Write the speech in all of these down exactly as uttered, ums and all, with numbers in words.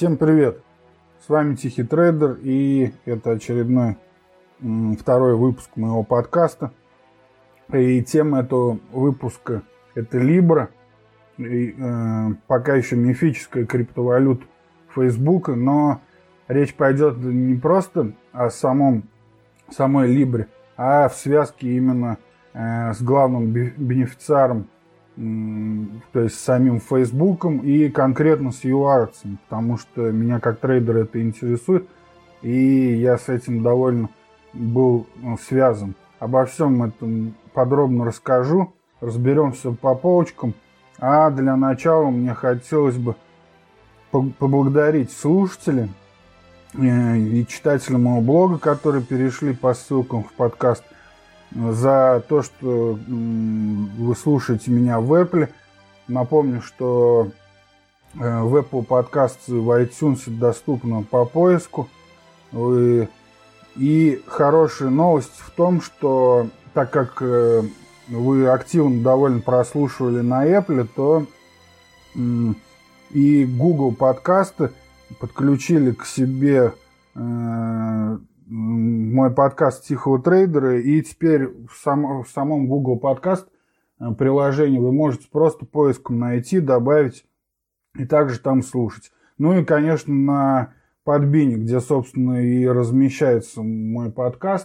Всем привет! С вами Тихий Трейдер, и это очередной м, второй выпуск моего подкаста. И тема этого выпуска – это Libra, и, э, пока еще мифическая криптовалюта Фейсбука, но речь пойдет не просто о самом, самой Libra, а в связке именно э, с главным бенефициаром, то есть с самим Фейсбуком и конкретно с его акциями, потому что меня как трейдера это интересует, и я с этим довольно был ну, связан. Обо всем этом подробно расскажу, разберемся по полочкам, а для начала мне хотелось бы поблагодарить слушателей и читателей моего блога, которые перешли по ссылкам в подкаст, за то, что вы слушаете меня в Apple. Напомню, что в Apple подкаст в iTunes доступно по поиску. И хорошая новость в том, что так как вы активно довольно прослушивали на Apple, то и Google подкасты подключили к себе мой подкаст Тихого Трейдера, и теперь в, сам, в самом Google подкаст приложении вы можете просто поиском найти, добавить и также там слушать. Ну и, конечно, на Podbean, где, собственно, и размещается мой подкаст,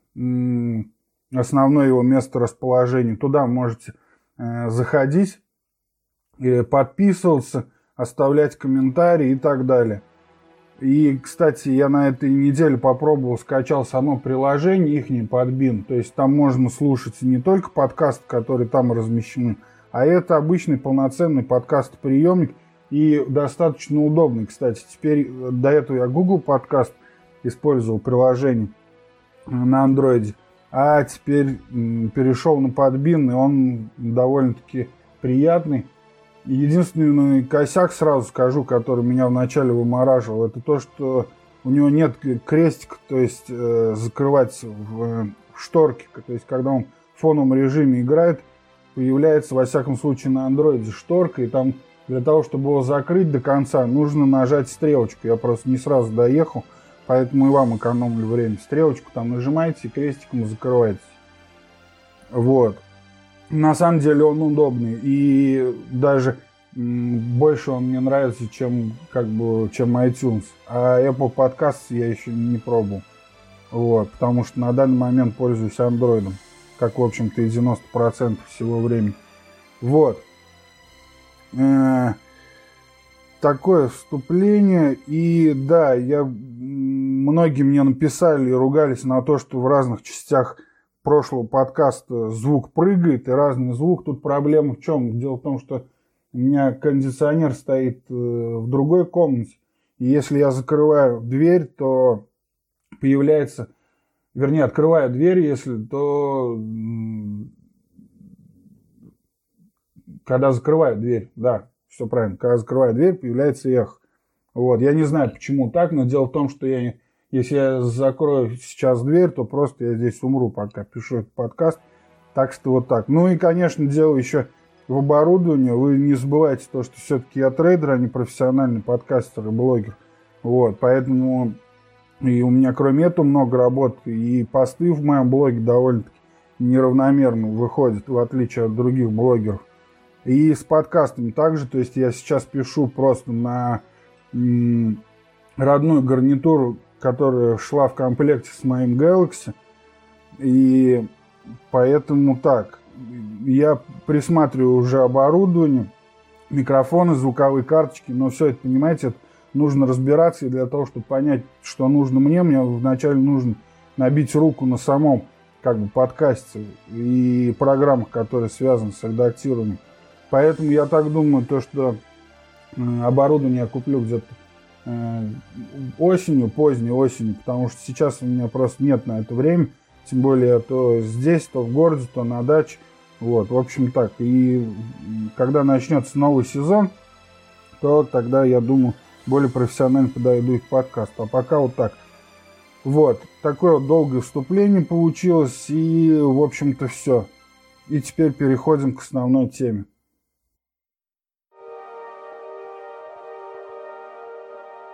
основное его место расположения, туда можете заходить, подписываться, оставлять комментарии и так далее. И, кстати, я на этой неделе попробовал, скачал само приложение ихний Podbean. То есть там можно слушать не только подкасты, которые там размещены, а это обычный полноценный подкаст-приемник и достаточно удобный. Кстати, теперь до этого я Google подкаст использовал приложение на Android, а теперь перешел на Podbean, и он довольно-таки приятный. Единственный косяк, сразу скажу, который меня вначале вымораживал, это то, что у него нет крестика, то есть э, закрывать в, в шторке. То есть когда он в фоновом режиме играет, появляется, во всяком случае, на андроиде шторка, и там для того, чтобы его закрыть до конца, нужно нажать стрелочку. Я просто не сразу доехал, поэтому и вам экономлю время. Стрелочку там нажимаете и крестиком закрываете. Вот. На самом деле он удобный, и даже больше он мне нравится, чем, как бы, чем iTunes. А Apple Podcasts я еще не пробовал. Вот, потому что на данный момент пользуюсь Android, как, в общем-то, и девяносто процентов всего времени. Вот. Э-э- такое вступление. И да, я... многие мне написали и ругались на то, что в разных частях прошлого подкаста звук прыгает и разный звук. Тут проблема в чем? Дело в том, что у меня кондиционер стоит в другой комнате, и если я закрываю дверь, то появляется, вернее, открываю дверь, если, то когда закрываю дверь, да, все правильно, когда закрываю дверь, появляется эхо. Вот, я не знаю, почему так, но дело в том, что я Если я закрою сейчас дверь, то просто я здесь умру, пока пишу этот подкаст. Так что вот так. Ну и, конечно, дело еще в оборудовании. Вы не забывайте то, что все-таки я трейдер, а не профессиональный подкастер и блогер. Вот, поэтому и у меня кроме этого много работы. И посты в моем блоге довольно-таки неравномерно выходят, в отличие от других блогеров. И с подкастами также. То есть я сейчас пишу просто на м- родную гарнитуру, которая шла в комплекте с моим Galaxy, и поэтому так, я присматриваю уже оборудование, микрофоны, звуковые карточки, но все это, понимаете, это нужно разбираться, и для того, чтобы понять, что нужно мне, мне вначале нужно набить руку на самом как бы подкасте и программах, которые связаны с редактированием. Поэтому я так думаю, то, что оборудование я куплю где-то осенью, поздней осенью, потому что сейчас у меня просто нет на это времени, тем более то здесь, то в городе, то на даче. Вот, в общем так. И когда начнется новый сезон, то тогда, я думаю, более профессионально подойду и к подкасту. А пока вот так. Вот, такое вот долгое вступление получилось, и, в общем-то, все. И теперь переходим к основной теме.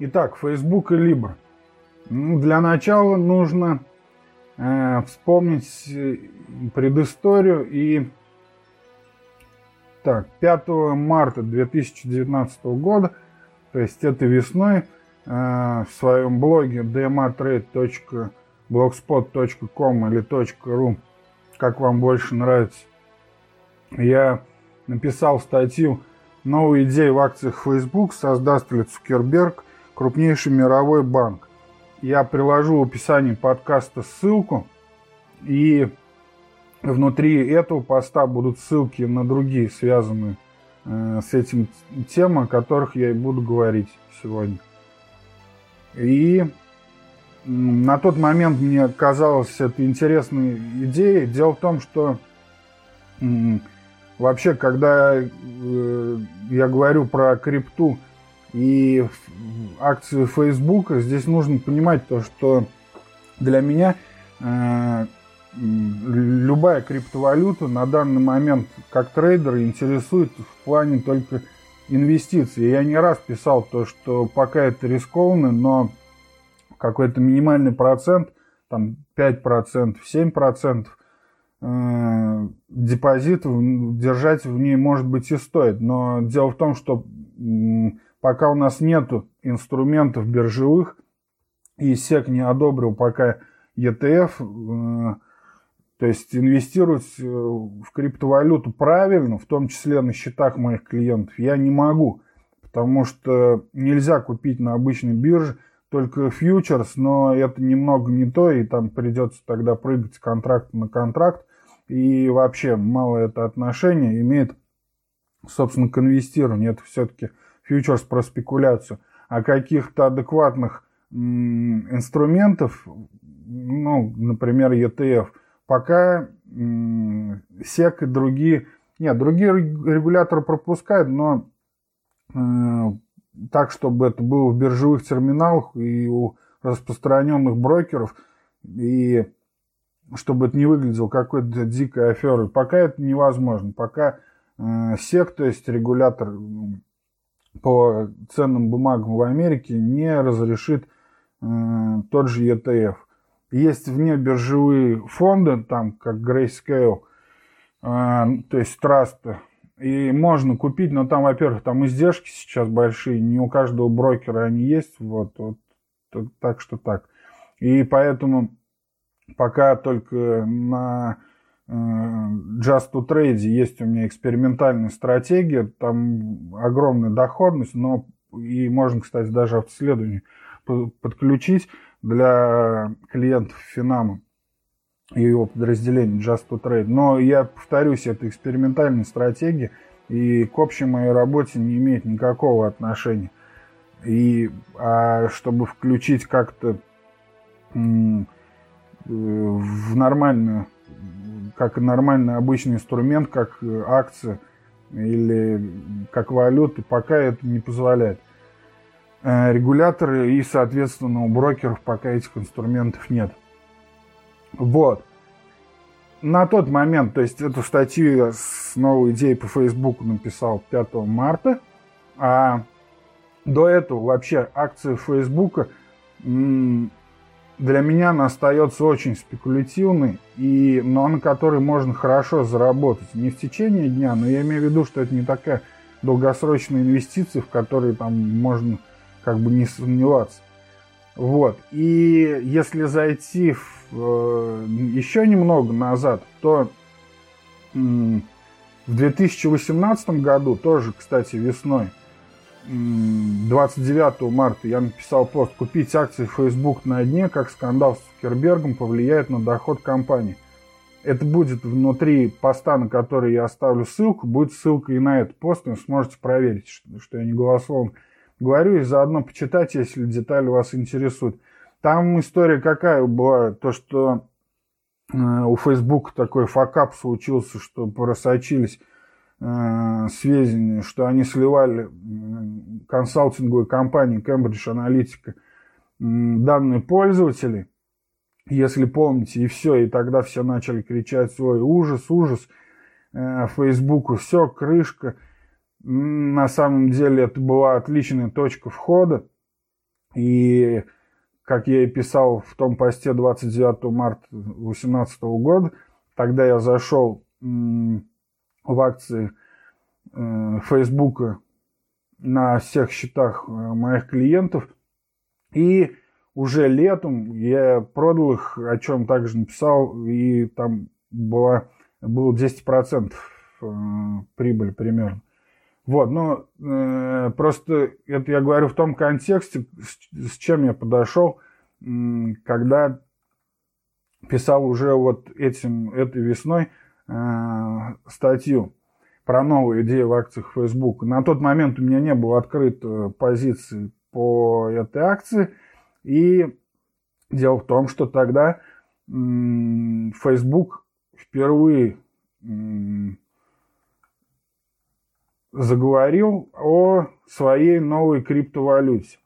Итак, Facebook и Libra. Ну, для начала нужно э, вспомнить предысторию. И так, пятого марта две тысячи девятнадцатого года, то есть этой весной, э, в своем блоге ди эм эй трейд точка блогспот точка ком или .ru, как вам больше нравится, я написал статью «Новые идеи в акциях Facebook создаст ли Цукерберг крупнейший мировой банк». Я приложу в описании подкаста ссылку, и внутри этого поста будут ссылки на другие связанные э, с этим темы, о которых я и буду говорить сегодня. И на тот момент мне казалось это интересной идеей. Дело в том, что м, вообще, когда э, я говорю про крипту и акции Фейсбука, здесь нужно понимать то, что для меня э, любая криптовалюта на данный момент как трейдера интересует в плане только инвестиций. Я не раз писал то, что пока это рискованно, но какой-то минимальный процент, там пять процентов, семь процентов э, депозитов держать в ней, может быть, и стоит. Но дело в том, что м, пока у нас нету инструментов биржевых, и сек не одобрил пока и ти эф, э, то есть инвестировать в криптовалюту правильно, в том числе на счетах моих клиентов, я не могу, потому что нельзя купить на обычной бирже только фьючерс, но это немного не то, и там придется тогда прыгать с контракта на контракт, и вообще мало это отношение имеет, собственно, к инвестированию. Это все-таки фьючерс про спекуляцию. А каких-то адекватных м, инструментов, ну, например, и ти эф, пока м, сек и другие, нет, другие регуляторы пропускают, но э, так, чтобы это было в биржевых терминалах и у распространенных брокеров, и чтобы это не выглядело какой-то дикой аферой. Пока это невозможно. Пока э, сек, то есть регулятор по ценным бумагам в Америке, не разрешит э, тот же и ти эф. Есть внебиржевые фонды, там как Grayscale, э, то есть трасты, и можно купить, но там, во-первых, там издержки сейчас большие, не у каждого брокера они есть, вот, вот так что так. И поэтому пока только на э, Just to Trade есть у меня экспериментальная стратегия, там огромная доходность, но и можно, кстати, даже автоследование подключить для клиентов Финама и его подразделений Just to Trade. Но я повторюсь, это экспериментальная стратегия и к общей моей работе не имеет никакого отношения. И а чтобы включить как-то м, в нормальную, как нормальный обычный инструмент, как акция или как валюта, пока это не позволяет регуляторы и, соответственно, у брокеров пока этих инструментов нет. Вот. На тот момент, то есть эту статью я с новой идеей по Фейсбуку написал пятого марта, а до этого вообще акция Фейсбука для меня она остается очень спекулятивной, и, но на которой можно хорошо заработать. Не в течение дня, но я имею в виду, что это не такая долгосрочная инвестиция, в которой там можно как бы не сомневаться. Вот. И если зайти в, э, еще немного назад, то э, в две тысячи восемнадцатом году, тоже, кстати, весной, э, двадцать девятого марта, я написал пост «Купить акции Facebook на дне, как скандал с Цукербергом повлияет на доход компании». Это будет внутри поста, на который я оставлю ссылку, будет ссылка и на этот пост, и сможете проверить, что, что я не голословно говорю, и заодно почитать, если детали вас интересуют. Там история какая была, то, что э, у Facebook такой факап случился, что просочились э, сведения, что они сливали э, консалтинговой компании Cambridge Analytica э, данные пользователей, если помните, и все, и тогда все начали кричать: ой, ужас, ужас, э, Фейсбуку все, крышка. На самом деле это была отличная точка входа, И, как я и писал в том посте двадцать девятого марта две тысячи восемнадцатого года, тогда я зашел в акции Фейсбука на всех счетах моих клиентов, и уже летом я продал их, о чем также написал, и там была, было десять процентов прибыли примерно. Вот, но э, просто это я говорю в том контексте, с, с чем я подошел, э, когда писал уже вот этим, этой весной э, статью про новые идеи в акциях Facebook. На тот момент у меня не было открытой позиции по этой акции. И дело в том, что тогда м, Facebook впервые м, заговорил о своей новой криптовалюте.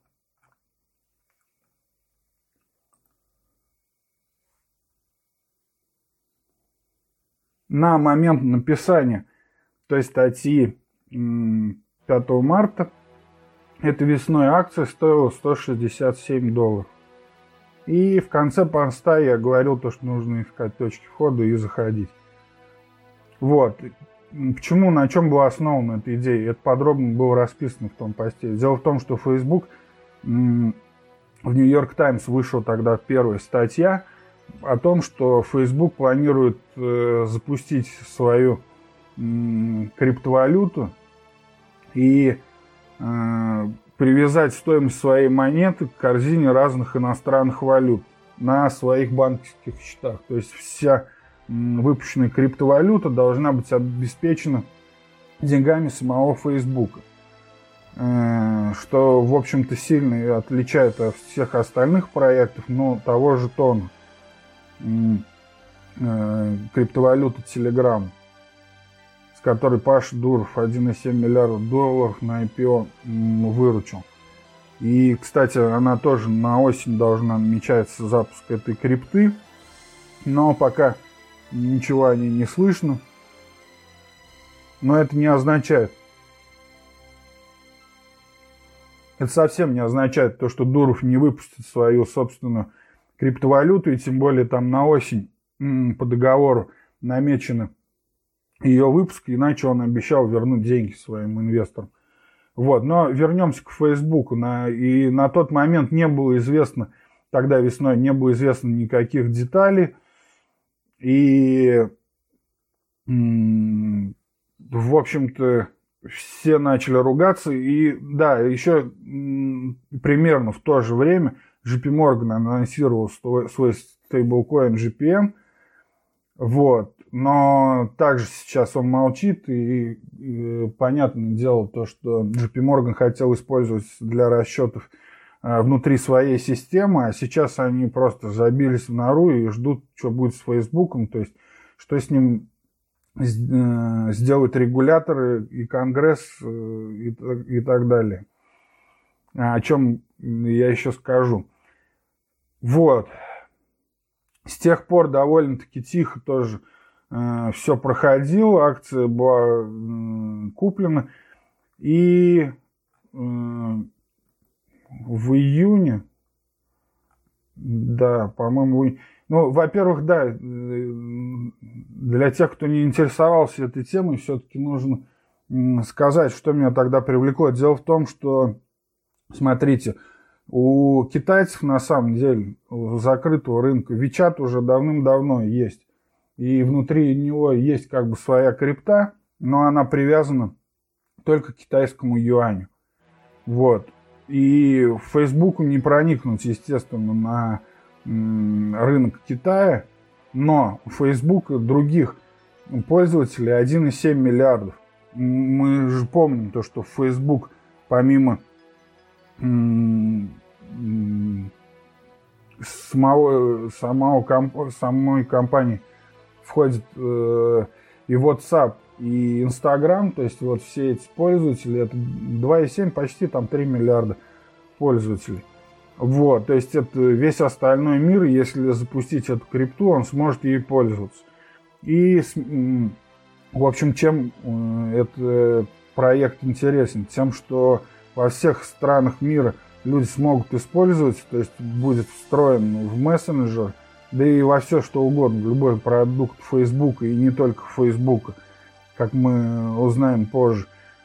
На момент написания той статьи пятого марта эта весной акция стоила сто шестьдесят семь долларов. И в конце поста я говорил то, что нужно искать точки входа и заходить. Вот. Почему, на чем была основана эта идея? Это подробно было расписано в том посте. Дело в том, что Facebook, в Нью-Йорк Таймс вышла тогда первая статья о том, что Facebook планирует э, запустить свою э, криптовалюту и э, привязать стоимость своей монеты к корзине разных иностранных валют на своих банковских счетах. То есть вся выпущенная криптовалюта должна быть обеспечена деньгами самого Фейсбука, что, в общем-то, сильно отличает от всех остальных проектов, но того же тона криптовалюта Telegram, с которой Паша Дуров один целых семь десятых миллиарда долларов на ай пи о выручил. И, кстати, она тоже на осень должна намечаться запуск этой крипты, но пока ничего о ней не слышно. Но это не означает, это совсем не означает то, что Дуров не выпустит свою собственную криптовалюту, и тем более там на осень по договору намечено ее выпуск, иначе он обещал вернуть деньги своим инвесторам. Вот. Но вернемся к Фейсбуку. На, и на тот момент не было известно, тогда весной не было известно никаких деталей. И, в общем-то, все начали ругаться. И да, еще примерно в то же время джей пи Morgan анонсировал свой стейблкоин джи пи эм. Вот. Но также сейчас он молчит. И, и понятное дело то, что джей пи Morgan хотел использовать для расчетов внутри своей системы, а сейчас они просто забились в нору и ждут, что будет с Фейсбуком, то есть что с ним сделают регуляторы и Конгресс и, и так далее. О чем я еще скажу. Вот. С тех пор довольно-таки тихо тоже э, все проходило, акция была э, куплена, и э, в июне, да, по-моему, ну, во-первых, да, для тех, кто не интересовался этой темой, все-таки нужно сказать, что меня тогда привлекло. Дело в том, что, смотрите, у китайцев на самом деле закрытого рынка WeChat уже давным-давно есть. И внутри него есть как бы своя крипта, но она привязана только к китайскому юаню. Вот. И Фейсбуку не проникнуть, естественно, на рынок Китая, но у Фейсбука других пользователей один целых семь десятых миллиардов. Мы же помним то, что в Facebook помимо самого, самого комп, самой компании входит э, и WhatsApp, и Instagram, то есть вот все эти пользователи, это два целых семь десятых, почти там три миллиарда пользователей. Вот, то есть это весь остальной мир, если запустить эту крипту, он сможет ей пользоваться. И, в общем, чем этот проект интересен? Тем, что во всех странах мира люди смогут использовать, то есть будет встроен в мессенджер, да и во все что угодно, в любой продукт Facebook и не только Facebook, как мы узнаем позже.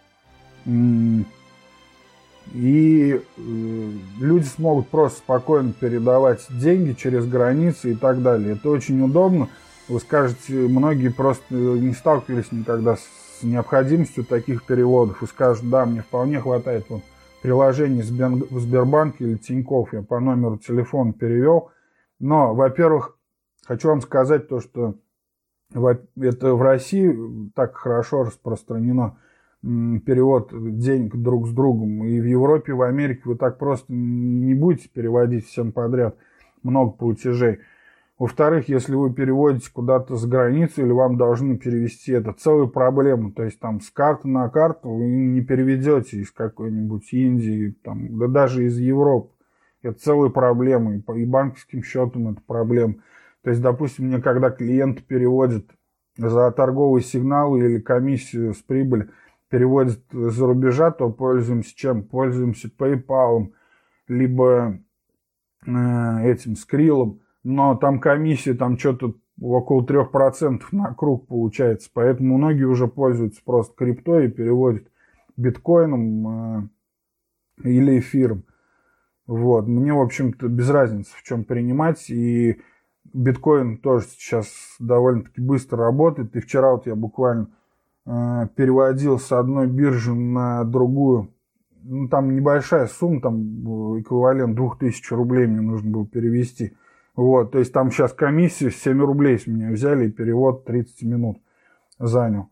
И люди смогут просто спокойно передавать деньги через границы и так далее. Это очень удобно. Вы скажете, многие просто не сталкивались никогда с необходимостью таких переводов и скажут, да, мне вполне хватает вот приложений в Сбербанке или Тинькофф, я по номеру телефона перевел. Но, во-первых, хочу вам сказать то, что это в России так хорошо распространено, перевод денег друг с другом. И в Европе, в Америке вы так просто не будете переводить всем подряд много платежей. Во-вторых, если вы переводите куда-то за границу или вам должны перевести, это целая проблема. То есть там с карты на карту вы не переведете из какой-нибудь Индии, там, да даже из Европы. Это целая проблема. И банковским счетом это проблема. То есть, допустим, мне когда клиент переводит за торговые сигналы или комиссию с прибыли, переводит за рубежа, то пользуемся чем? Пользуемся PayPal, либо э, этим Skrill. Но там комиссия, там что-то около трех процентов на круг получается. Поэтому многие уже пользуются просто криптой и переводят биткоином э, или эфиром. Вот. Мне, в общем-то, без разницы, в чем принимать. И биткоин тоже сейчас довольно-таки быстро работает. И вчера вот я буквально э, переводил с одной биржи на другую. Ну, там небольшая сумма, там эквивалент двух тысяч рублей мне нужно было перевести. Вот, то есть там сейчас комиссию семь рублей с меня взяли, и перевод тридцать минут занял.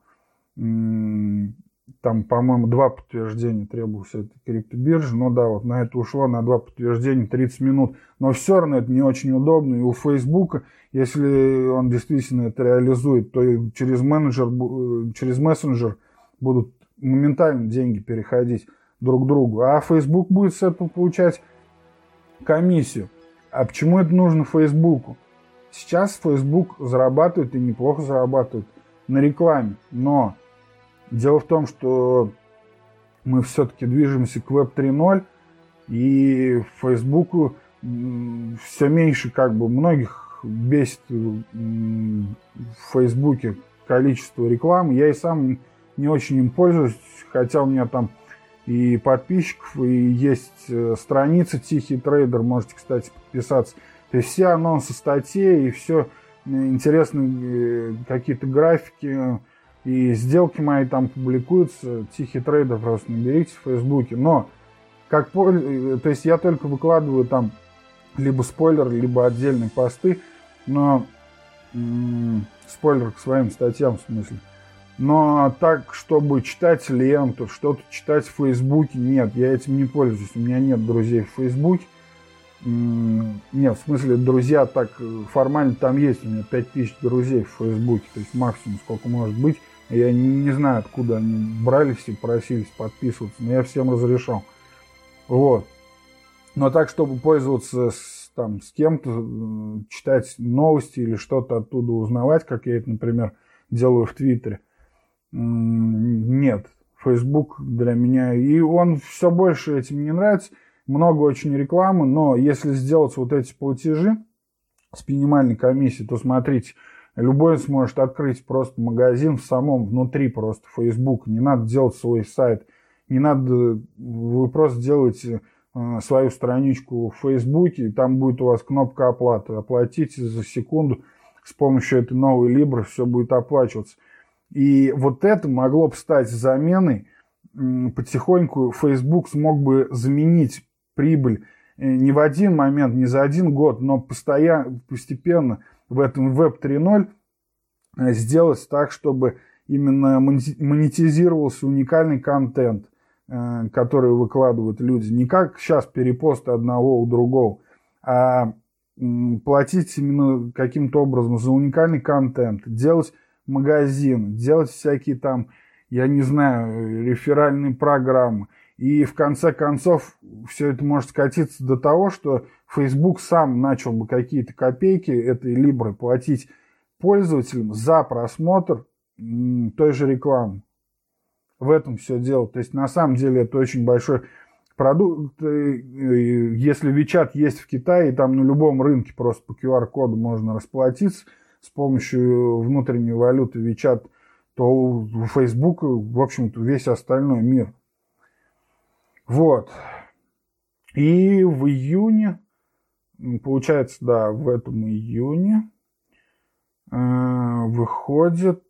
Там, по-моему, два подтверждения требовалось этой криптобиржи. Ну да, вот на это ушло на два подтверждения тридцать минут. Но все равно это не очень удобно. И у Фейсбука, если он действительно это реализует, то через менеджер, через мессенджер будут моментально деньги переходить друг к другу. А Facebook будет с этого получать комиссию. А почему это нужно Фейсбуку? Сейчас Facebook зарабатывает и неплохо зарабатывает на рекламе. Но дело в том, что мы все-таки движемся к веб три ноль, и Фейсбуку все меньше, как бы, многих бесит в Фейсбуке количество рекламы. Я и сам не очень им пользуюсь, хотя у меня там и подписчиков, и есть страница «Тихий трейдер», можете, кстати, подписаться. То есть все анонсы статей и все интересные какие-то графики и сделки мои там публикуются. «Тихий трейдер» просто наберите в Фейсбуке. Но, как, то есть я только выкладываю там либо спойлер, либо отдельные посты, но м- спойлер к своим статьям, в смысле. Но так, чтобы читать ленту, что-то читать в Фейсбуке, нет, я этим не пользуюсь. У меня нет друзей в Фейсбуке. Нет, в смысле, друзья так формально там есть. У меня пять тысяч друзей в Фейсбуке, то есть максимум сколько может быть. Я не, не знаю, откуда они брались и просились подписываться, но я всем разрешал. Вот. Но так, чтобы пользоваться с, там, с кем-то, читать новости или что-то оттуда узнавать, как я это, например, делаю в Твиттере, нет, Facebook для меня, и он все больше этим не нравится, много очень рекламы, но если сделать вот эти платежи с минимальной комиссией, то смотрите, любой сможет открыть просто магазин в самом внутри просто Facebook, не надо делать свой сайт, не надо, вы просто делаете э, свою страничку в Facebook, и там будет у вас кнопка оплаты, оплатите за секунду, с помощью этой новой Libra все будет оплачиваться. И вот это могло бы стать заменой. Потихоньку Facebook смог бы заменить прибыль не в один момент, не за один год, но постоянно, постепенно в этом веб три ноль сделать так, чтобы именно монетизировался уникальный контент, который выкладывают люди. Не как сейчас перепосты одного у другого, а платить именно каким-то образом за уникальный контент, делать магазин, делать всякие там, я не знаю, реферальные программы. И в конце концов все это может скатиться до того, что Facebook сам начал бы какие-то копейки этой Либры платить пользователям за просмотр той же рекламы. В этом все дело. То есть на самом деле это очень большой продукты, если WeChat есть в Китае, там на любом рынке просто по ку ар коду можно расплатиться с помощью внутренней валюты WeChat, то у Facebook, в общем-то, весь остальной мир. Вот. И в июне, получается, да, в этом июне э, выходит...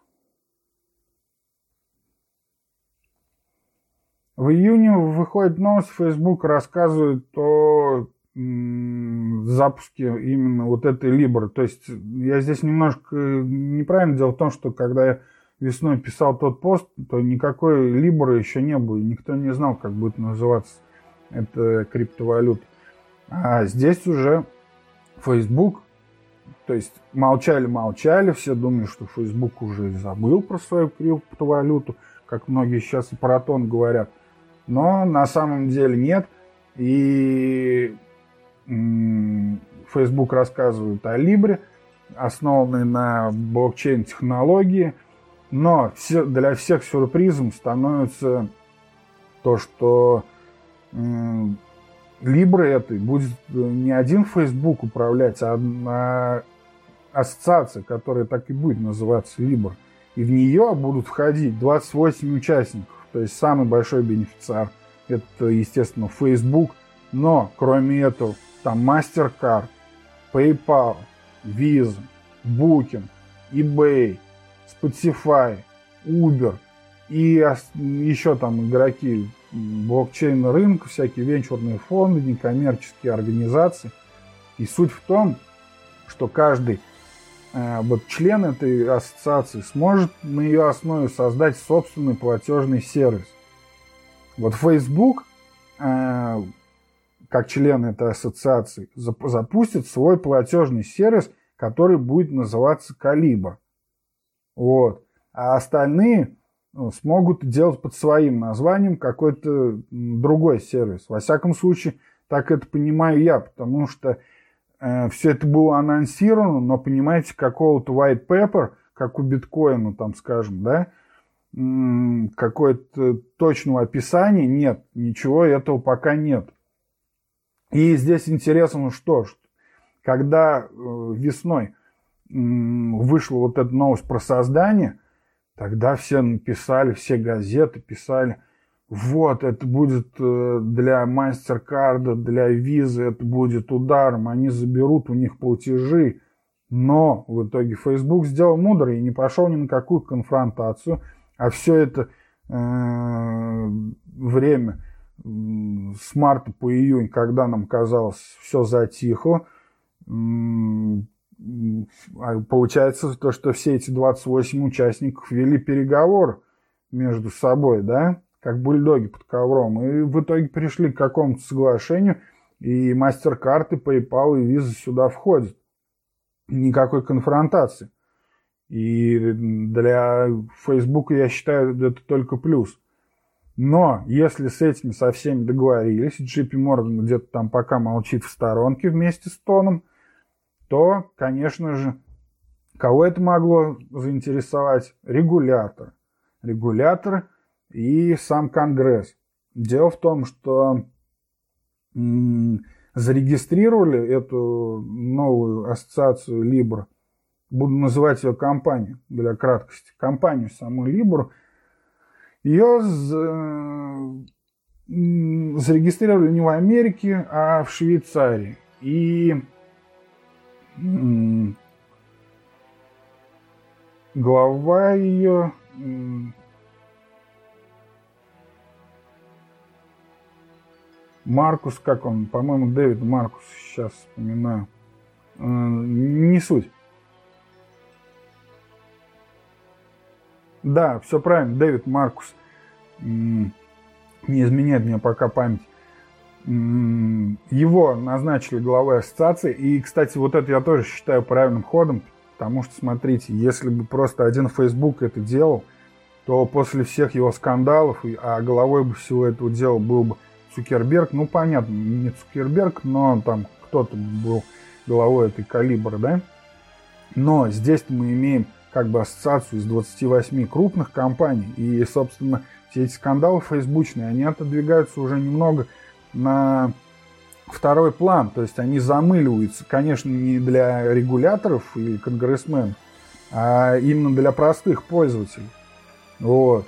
В июне выходит новость, Facebook рассказывает о м, запуске именно вот этой Libra. То есть я здесь немножко неправильно. Дело в том, что когда я весной писал тот пост, то никакой Libra еще не было. Никто не знал, как будет называться эта криптовалюта. А здесь уже Facebook, то есть молчали-молчали, все думали, что Facebook уже забыл про свою криптовалюту, как многие сейчас и про тон говорят. Но на самом деле нет. И Facebook рассказывает о Libra, основанной на блокчейн-технологии. Но все, для всех сюрпризом становится то, что Libra этой будет не один Facebook управлять, а одна ассоциация, которая так и будет называться Libra. И в нее будут входить двадцать восемь участников. То есть самый большой бенефициар – это, естественно, Facebook. Но, кроме этого, там MasterCard, PayPal, Visa, Booking, eBay, Spotify, Uber и еще там игроки блокчейн рынка, всякие венчурные фонды, некоммерческие организации. И суть в том, что каждый вот член этой ассоциации сможет на ее основе создать собственный платежный сервис. Вот Facebook, как член этой ассоциации, запустит свой платежный сервис, который будет называться Calibra. Вот. А остальные смогут делать под своим названием какой-то другой сервис. Во всяком случае, так это понимаю я, потому что все это было анонсировано, но, понимаете, какого-то white paper, как у биткоина, там, скажем, да, какое-то точного описания нет, ничего этого пока нет. И здесь интересно, что, что когда весной вышла вот эта новость про создание, тогда все написали, все газеты писали, вот, это будет для MasterCard, для Visa, это будет ударом, они заберут у них платежи. Но в итоге Facebook сделал мудро и не пошел ни на какую конфронтацию, а все это э, время э, с марта по июнь, когда нам казалось, все затихло, э, получается то, что все эти двадцать восемь участников вели переговоры между собой, да, как бульдоги под ковром, и в итоге пришли к какому-то соглашению, и MasterCard, и PayPal, и Visa сюда входят. Никакой конфронтации. И для Facebook, я считаю, это только плюс. Но если с этими со всеми договорились, джей пи Morgan где-то там пока молчит в сторонке вместе с Тоном, то, конечно же, кого это могло заинтересовать? Регулятор. Регулятор и сам Конгресс. Дело в том, что м- зарегистрировали эту новую ассоциацию Libra, буду называть ее компанией для краткости, компанию саму Libra, ее зарегистрировали не в Америке, а в Швейцарии. И м- глава ее... М- Маркус, как он, по-моему, Дэвид Маркус, сейчас вспоминаю. Э, не суть. Да, все правильно, Дэвид Маркус. М- не изменяет мне пока память. М- его назначили главой ассоциации. И, кстати, вот это я тоже считаю правильным ходом, потому что, смотрите, если бы просто один Facebook это делал, то после всех его скандалов, а главой бы всего этого дела был бы Цукерберг, ну понятно, не Цукерберг, но там кто-то был главой этой Calibra, да? Но здесь мы имеем как бы ассоциацию из двадцати восьми крупных компаний. И, собственно, все эти скандалы фейсбучные, они отодвигаются уже немного на второй план. То есть они замыливаются, конечно, не для регуляторов или конгрессменов, а именно для простых пользователей. Вот.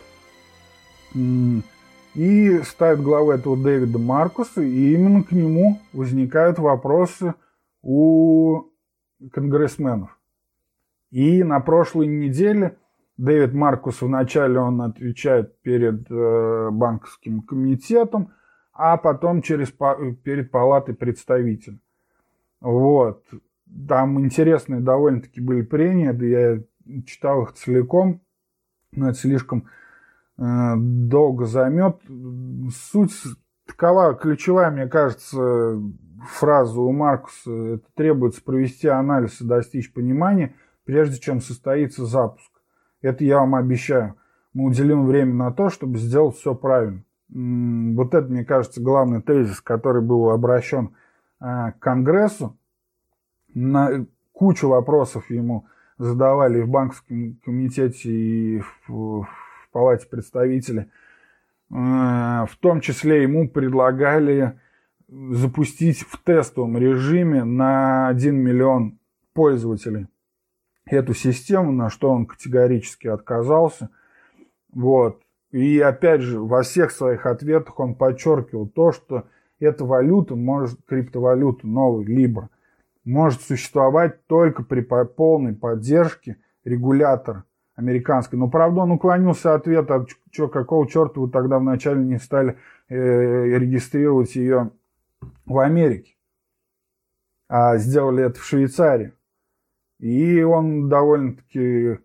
И ставит главу этого Дэвида Маркуса, и именно к нему возникают вопросы у конгрессменов. И на прошлой неделе Дэвид Маркус вначале он отвечает перед э, банковским комитетом, а потом через, перед палатой представителей. Вот. Там интересные довольно-таки были прения, да я читал их целиком, но это слишком э, долго займет. Суть такова, ключевая, мне кажется, фраза у Маркуса: это требуется провести анализ и достичь понимания, прежде чем состоится запуск. Это я вам обещаю. Мы уделим время на то, чтобы сделать все правильно. Вот это, мне кажется, главный тезис, который был обращен к Конгрессу. На кучу вопросов ему задавали и в банковском комитете, и в, в Палате представителей. В том числе ему предлагали запустить в тестовом режиме на один миллион пользователей эту систему, на что он категорически отказался. Вот. И опять же, во всех своих ответах он подчеркивал то, что эта валюта, может, криптовалюта, новый Libra, может существовать только при полной поддержке регулятора американской. Но, правда, он уклонился от ответа, а чё, какого черта вы тогда вначале не стали э, регистрировать ее в Америке, а сделали это в Швейцарии. И он довольно-таки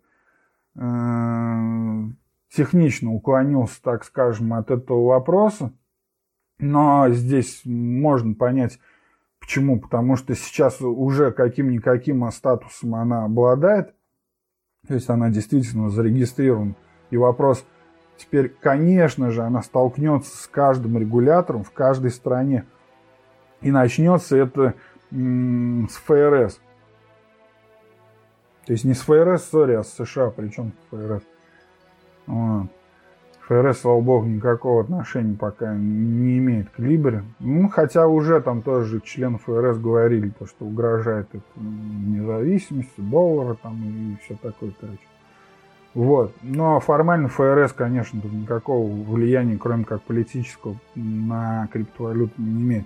э, технично уклонился, так скажем, от этого вопроса. Но здесь можно понять, почему. Потому что сейчас уже каким-никаким статусом она обладает. То есть она действительно зарегистрирована. И вопрос теперь, конечно же, она столкнется с каждым регулятором в каждой стране. И начнется это м- с эф эр эс. То есть не с эф эр эс, сори, а с США. Причем эф эр эс. Вот. эф эр эс, слава богу, никакого отношения пока не имеет к Либре. Ну, хотя уже там тоже члены эф эр эс говорили, то, что угрожает это независимости, доллара там и все такое, короче. Вот. Но формально эф эр эс, конечно, тут никакого влияния, кроме как политического, на криптовалюту не имеет.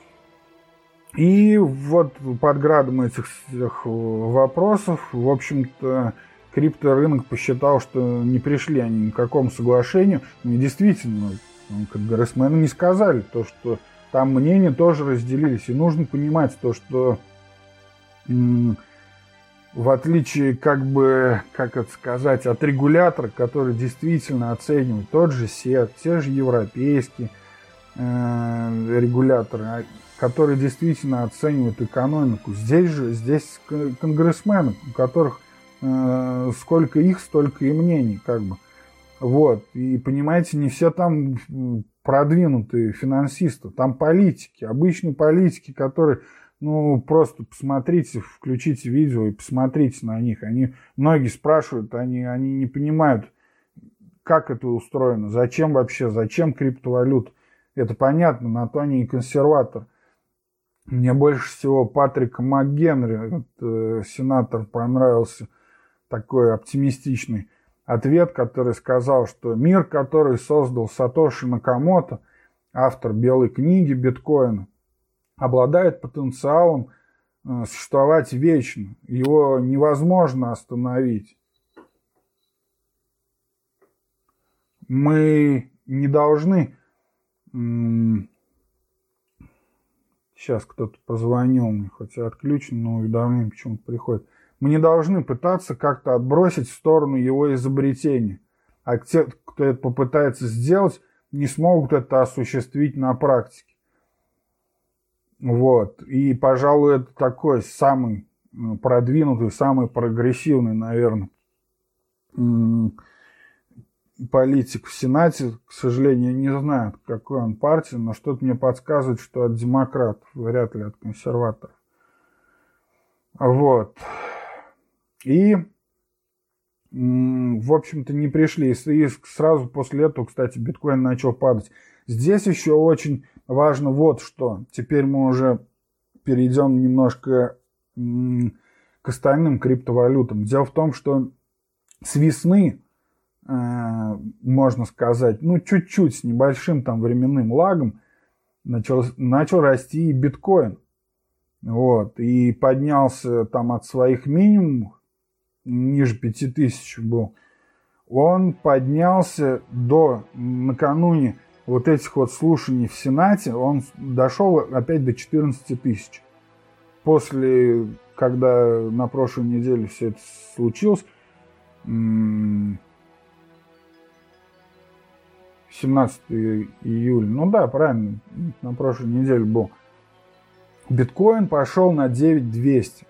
И вот под градом этих всех вопросов, в общем-то, крипторынок посчитал, что не пришли они ни к какому соглашению. Ну и действительно, конгрессмены не сказали, то, что там мнения тоже разделились. И нужно понимать то, что м- в отличие, как бы, как это сказать, от регулятора, который действительно оценивает тот же сет, те же европейские э- регуляторы, которые действительно оценивают экономику. Здесь же, здесь конгрессмены, у которых э, сколько их, столько и мнений, как бы. Вот. И понимаете, не все там продвинутые финансисты, там политики, обычные политики, которые, ну, просто посмотрите, включите видео и посмотрите на них. Они, многие спрашивают, они, они не понимают, как это устроено, зачем вообще, зачем криптовалюта. Это понятно, на то они и консерваторы. Мне больше всего Патрик МакГенри, этот, э, сенатор, понравился такой оптимистичный ответ, который сказал, что мир, который создал Сатоши Накамото, автор белой книги биткоина, обладает потенциалом э, существовать вечно. Его невозможно остановить. Мы не должны... М- Сейчас кто-то позвонил мне, хотя отключен, но уведомление почему-то приходит. Мы не должны пытаться как-то отбросить в сторону его изобретения. А те, кто это попытается сделать, не смогут это осуществить на практике. Вот. И, пожалуй, это такой самый продвинутый, самый прогрессивный, наверное, политик в Сенате. К сожалению, не знаю, от какой он партии, но что-то мне подсказывает, что от демократов, вряд ли от консерваторов. Вот. И в общем-то, не пришли. И сразу после этого, кстати, биткоин начал падать. Здесь еще очень важно вот что. Теперь мы уже перейдем немножко к остальным криптовалютам. Дело в том, что с весны, можно сказать, ну, чуть-чуть, с небольшим там временным лагом, начал, начал расти и биткоин. Вот. И поднялся там от своих минимумов, ниже пяти тысяч был. Он поднялся до, накануне вот этих вот слушаний в Сенате, он дошел опять до четырнадцати тысяч. После, когда на прошлой неделе все это случилось, семнадцатого июля, ну да, правильно, на прошлой неделе был, биткоин пошел на девять тысяч двести.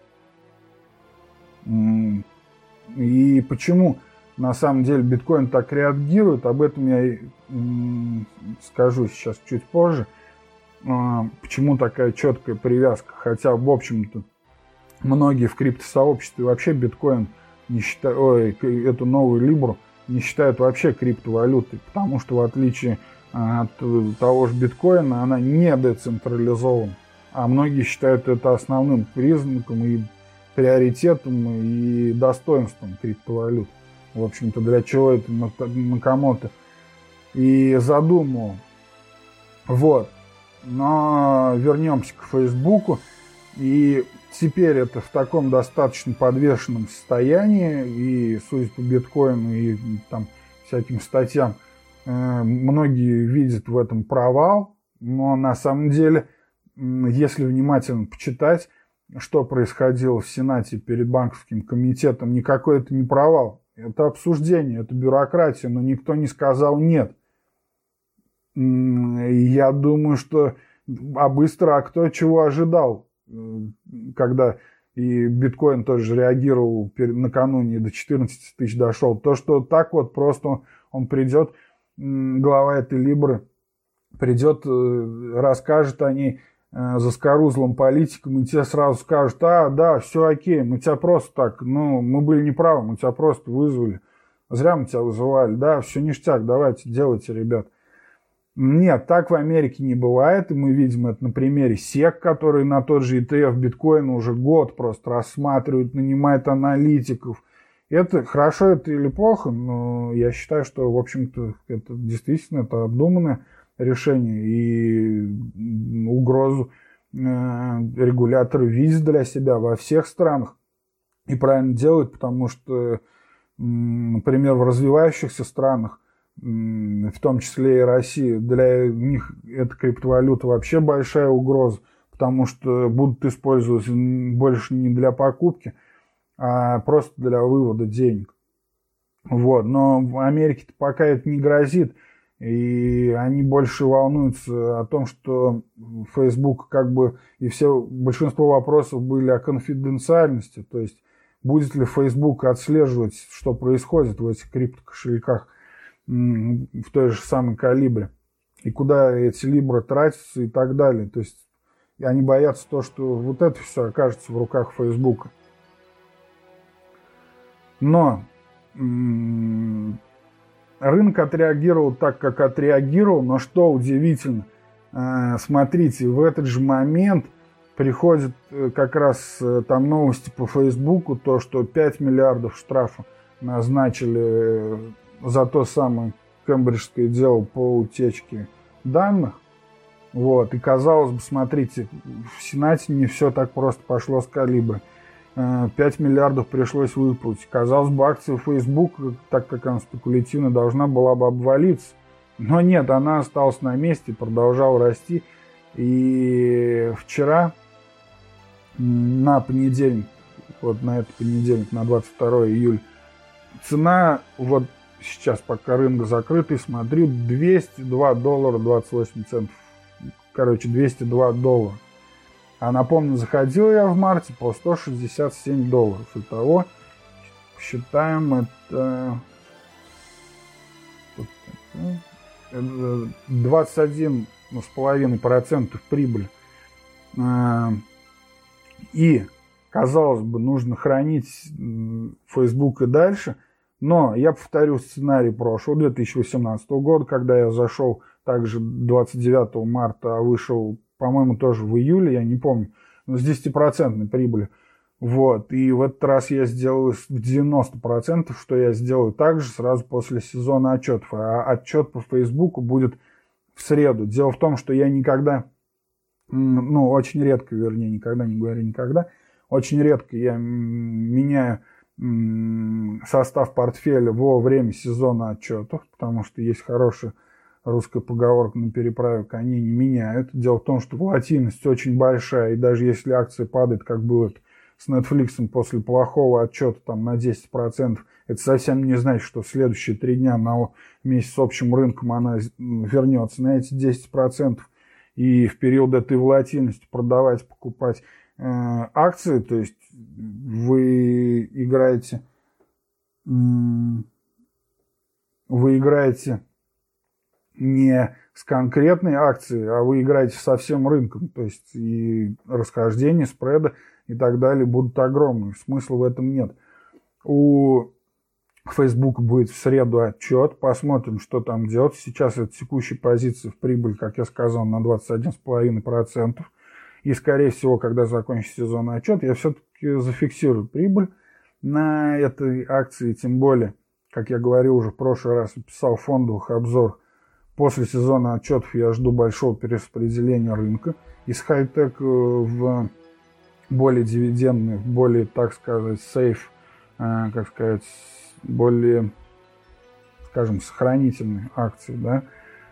И почему на самом деле биткоин так реагирует, об этом я скажу сейчас чуть позже. Почему такая четкая привязка, хотя, в общем-то, многие в криптосообществе вообще биткоин не считают, ой, эту новую либру не считают вообще криптовалютой, потому что в отличие от того же биткоина она не децентрализована, а многие считают это основным признаком и приоритетом и достоинством криптовалют. В общем-то, для чего это Накамото и задумал. Вот. Но вернемся к Фейсбуку. И теперь это в таком достаточно подвешенном состоянии. И, судя по биткоину и там всяким статьям, многие видят в этом провал. Но на самом деле, если внимательно почитать, что происходило в Сенате перед банковским комитетом, никакой это не провал. Это обсуждение, это бюрократия, но никто не сказал «нет». Я думаю, что а быстро, а кто чего ожидал, когда и биткоин тоже реагировал накануне, до четырнадцати тысяч дошел. То, что так вот просто он придет, глава этой либры, придет, расскажет о ней заскорузлым политикам, и те сразу скажут: а, да, все окей, мы тебя просто так, ну, мы были неправы, мы тебя просто вызвали. Зря мы тебя вызывали, да, все ништяк, давайте, делайте, ребят. Нет, так в Америке не бывает, и мы видим это на примере сек, который на тот же и ти эф биткоина уже год просто рассматривают, нанимают аналитиков. Это хорошо это или плохо, но я считаю, что, в общем-то, это действительно это обдуманное решение, и угрозу э, регуляторы видят для себя во всех странах и правильно делают, потому что, например, в развивающихся странах, в том числе и России, для них эта криптовалюта вообще большая угроза, потому что будут использовать больше не для покупки, а просто для вывода денег. Вот. Но в Америке-то пока это не грозит, и они больше волнуются о том, что Facebook как бы и все, большинство вопросов были о конфиденциальности, то есть будет ли Facebook отслеживать, что происходит в этих криптокошельках в той же самой калибре, и куда эти либры тратятся и так далее. То есть они боятся то, что вот это все окажется в руках Facebook. Но м- рынок отреагировал так, как отреагировал, но что удивительно, э- смотрите, в этот же момент приходят э- как раз э- там новости по Facebook, то, что пять миллиардов штрафа назначили э- за то самое кембриджское дело по утечке данных. Вот. И казалось бы, смотрите, в Сенате не все так просто пошло с калибра. пять миллиардов пришлось выплатить. Казалось бы, акция Facebook, так как она спекулятивно, должна была бы обвалиться. Но нет, она осталась на месте, продолжала расти. И вчера, на понедельник, вот на этот понедельник, на двадцать второе июля, цена, вот сейчас пока рынок закрытый, смотрю, двести два доллара двадцать восемь центов. Короче, двести два доллара. А напомню, заходил я в марте по сто шестьдесят семь долларов. Итого, считаем, это двадцать один с половиной процентов прибыль. И, казалось бы, нужно хранить Facebook и дальше. Но я повторю сценарий прошлого, две тысячи восемнадцатого года, когда я зашел также двадцать девятого марта, а вышел, по-моему, тоже в июле, я не помню, но с десятипроцентной прибылью. Вот. И в этот раз я сделал в девяносто процентов, что я сделаю также сразу после сезона отчетов. А отчет по Фейсбуку будет в среду. Дело в том, что я никогда, ну, очень редко, вернее, никогда, не говорю никогда, очень редко я меняю состав портфеля во время сезона отчетов, потому что есть хорошая русская поговорка: на переправе коней не меняют. Дело в том, что волатильность очень большая, и даже если акция падает, как было с Netflix после плохого отчета там, на десять процентов, это совсем не значит, что в следующие три дня на, вместе с общим рынком она вернется на эти десять процентов. И в период этой волатильности продавать, покупать э, акции, то есть вы играете, э, вы играете не с конкретной акцией, а вы играете со всем рынком. То есть и расхождение спреда и так далее будут огромные. Смысла в этом нет. У Facebook будет в среду отчет. Посмотрим, что там делать. Сейчас это текущая позиция в прибыль, как я сказал, на двадцать один целых пять десятых процента. И, скорее всего, когда закончится сезонный отчет, я все-таки зафиксирую прибыль на этой акции. Тем более, как я говорил уже в прошлый раз, писал в фондовых обзорах, после сезона отчетов я жду большого перераспределения рынка из хай-тек в более дивидендные, более, так сказать, сейф, как сказать, более, скажем, сохранительные акции, да,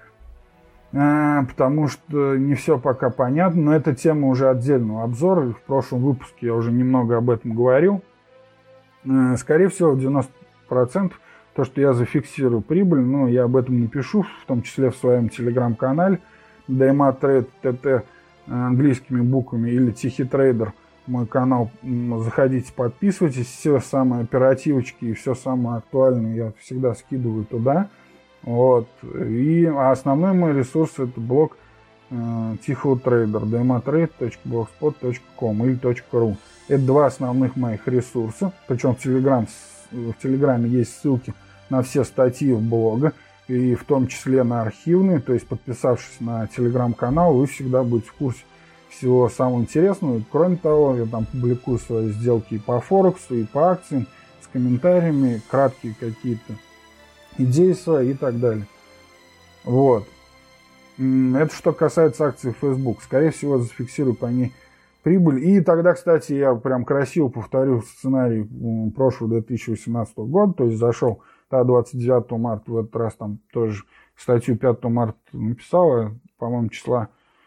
потому что не все пока понятно, но это тема уже отдельного обзора. В прошлом выпуске я уже немного об этом говорил. Скорее всего, девяносто процентов то, что я зафиксирую прибыль, но я об этом напишу, в том числе в своем телеграм-канале ди эм эй Trade ти ти английскими буквами или Тихий трейдер. Мой канал, заходите, подписывайтесь. Все самые оперативочки и все самое актуальное я всегда скидываю туда. Вот. И а основной мой ресурс — это блог э, Тихого трейдера, ди эм эй трейд точка блогспот точка ком или .ру. Это два основных моих ресурса. Причем в, Телеграм, в Телеграме есть ссылки на все статьи в блога, и в том числе на архивные. То есть, подписавшись на Телеграм-канал, вы всегда будете в курсе всего самого интересного. И, кроме того, я там публикую свои сделки и по Форексу, и по акциям, с комментариями, краткие какие-то идеи свои и так далее. Вот. Это что касается акций Facebook. Скорее всего, зафиксирую по ней прибыль. И тогда, кстати, я прям красиво повторю сценарий прошлого две тысячи восемнадцатого года. То есть зашел тогда двадцать девятого марта, в этот раз там тоже статью пятого марта написал, по-моему, числа.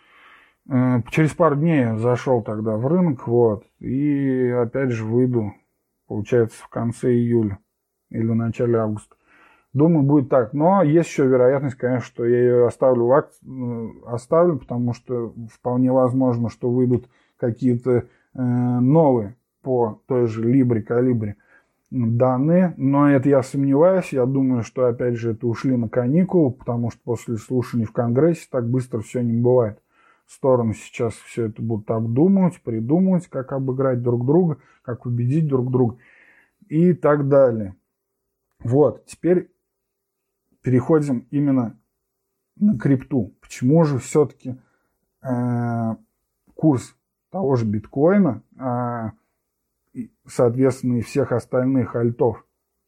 Через пару дней я зашел тогда в рынок, вот, и опять же выйду, получается, в конце июля или в начале августа. Думаю, будет так. Но есть еще вероятность, конечно, что я ее оставлю, в ак... оставлю, потому что вполне возможно, что выйдут какие-то э, новые по той же Libra, Калибре данные. Но это я сомневаюсь. Я думаю, что, опять же, это ушли на каникулы, потому что после слушаний в Конгрессе так быстро все не бывает. Стороны сейчас все это будут обдумывать, придумывать, как обыграть друг друга, как убедить друг друга и так далее. Вот, теперь переходим именно на крипту. Почему же все-таки э, курс того же биткоина, э, и, соответственно, и всех остальных альтов,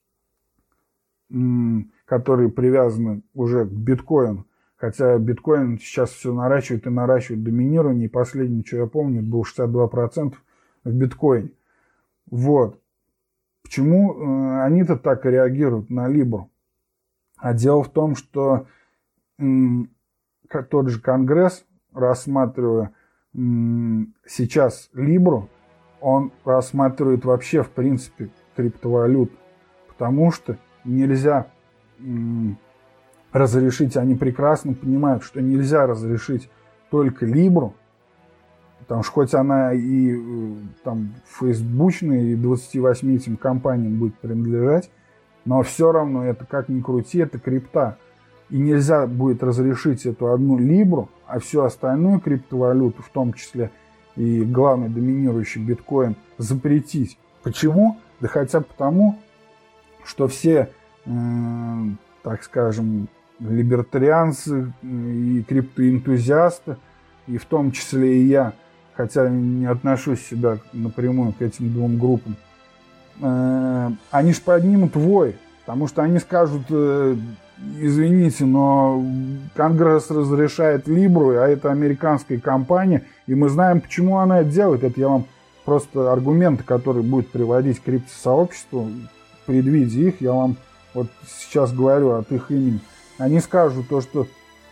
э, которые привязаны уже к биткоину, хотя биткоин сейчас все наращивает и наращивает доминирование, и последнее, что я помню, это было шестьдесят два процента в биткоине. Вот. Почему э, они-то так и реагируют на Либру? А дело в том, что м, как тот же Конгресс, рассматривая м, сейчас Либру, он рассматривает вообще, в принципе, криптовалюту, потому что нельзя м, разрешить, они прекрасно понимают, что нельзя разрешить только Либру, потому что хоть она и там фейсбучной, и двадцати восьми этим компаниям будет принадлежать, но все равно это, как ни крути, это крипта. И нельзя будет разрешить эту одну Либру, а всю остальную криптовалюту, в том числе и главный доминирующий биткоин, запретить. Почему? Да хотя бы потому, что все, э, так скажем, либертарианцы и криптоэнтузиасты, и в том числе и я, хотя не отношусь себя напрямую к этим двум группам, э, они же поднимут вой, потому что они скажут, э, извините, но Конгресс разрешает Либру, а это американская компания, и мы знаем, почему она это делает. Это я вам просто аргументы, которые будет приводить криптосообщество, предвидя их, я вам вот сейчас говорю от их имени. Они скажут то, что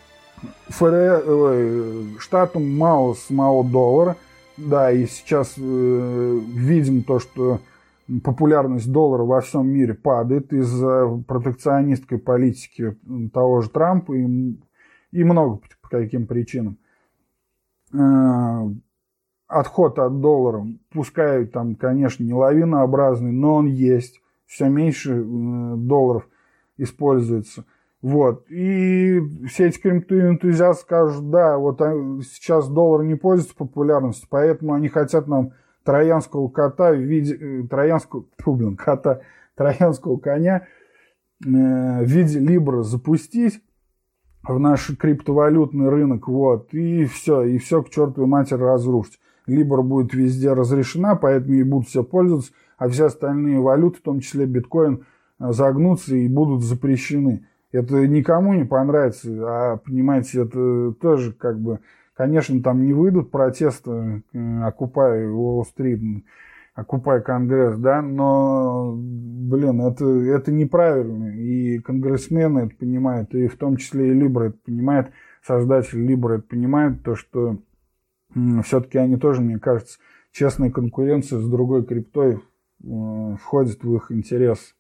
ФР, штатам мало самого доллара, да, и сейчас э, видим то, что популярность доллара во всем мире падает из-за протекционистской политики того же Трампа и, и много по каким причинам. Э, отход от доллара, пускай там, конечно, не лавинообразный, но он есть, все меньше э, долларов используется. Вот. И все эти криптоэнтузиасты скажут, да, вот сейчас доллар не пользуется популярностью, поэтому они хотят нам троянского кота в виде троянского, фу, блин, кота, троянского коня э, в виде Libra запустить в наш криптовалютный рынок, вот, и все, и все к чертовой матери разрушить. Libra будет везде разрешена, поэтому и будут все пользоваться, а все остальные валюты, в том числе биткоин, загнутся и будут запрещены. Это никому не понравится, а, понимаете, это тоже как бы, конечно, там не выйдут протесты, окупая Уолл-стрит, окупая Конгресс, да, но, блин, это, это неправильно, и конгрессмены это понимают, и в том числе и Libra это понимает, создатель Libra это понимает, то, что все-таки они тоже, мне кажется, честная конкуренция с другой криптой входит в их интерес.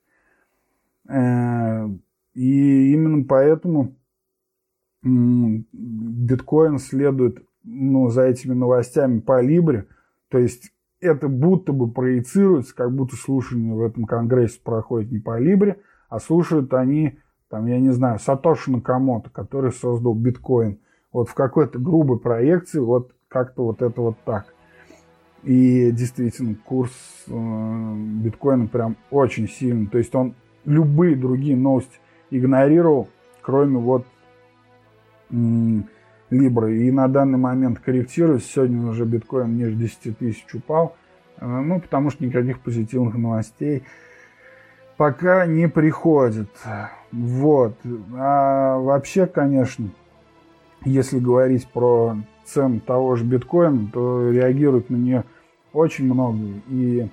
И именно поэтому биткоин следует, ну, за этими новостями по Либре. То есть это будто бы проецируется, как будто слушания в этом конгрессе проходят не по Либре, а слушают они, там, я не знаю, Сатоши Накамото, который создал биткоин. Вот в какой-то грубой проекции вот как-то вот это вот так. И действительно курс э, биткоина прям очень сильный. То есть он любые другие новости игнорировал, кроме вот Libra. И на данный момент корректируется. Сегодня уже биткоин ниже десяти тысяч упал. Ну, потому что никаких позитивных новостей пока не приходит. Вот. А вообще, конечно, если говорить про цену того же биткоина, то реагирует на нее очень много. И,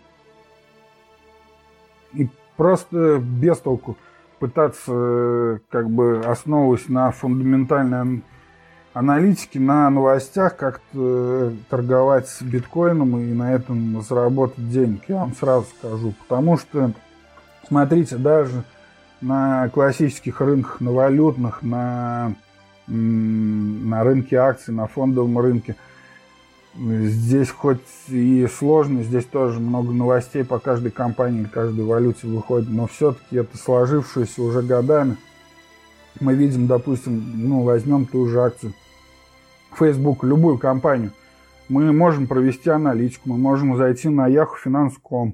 и просто без толку пытаться, как бы основываясь на фундаментальной аналитике, на новостях, как-то торговать с биткоином и на этом заработать денег. Я вам сразу скажу. Потому что, смотрите, даже на классических рынках, на валютных, на, на рынке акций, на фондовом рынке, здесь хоть и сложно, здесь тоже много новостей по каждой компании, каждой валюте выходит, но все-таки это сложившееся уже годами. Мы видим, допустим, ну, возьмем ту же акцию Facebook, любую компанию. Мы можем провести аналитику, мы можем зайти на Yahoo Finance точка com.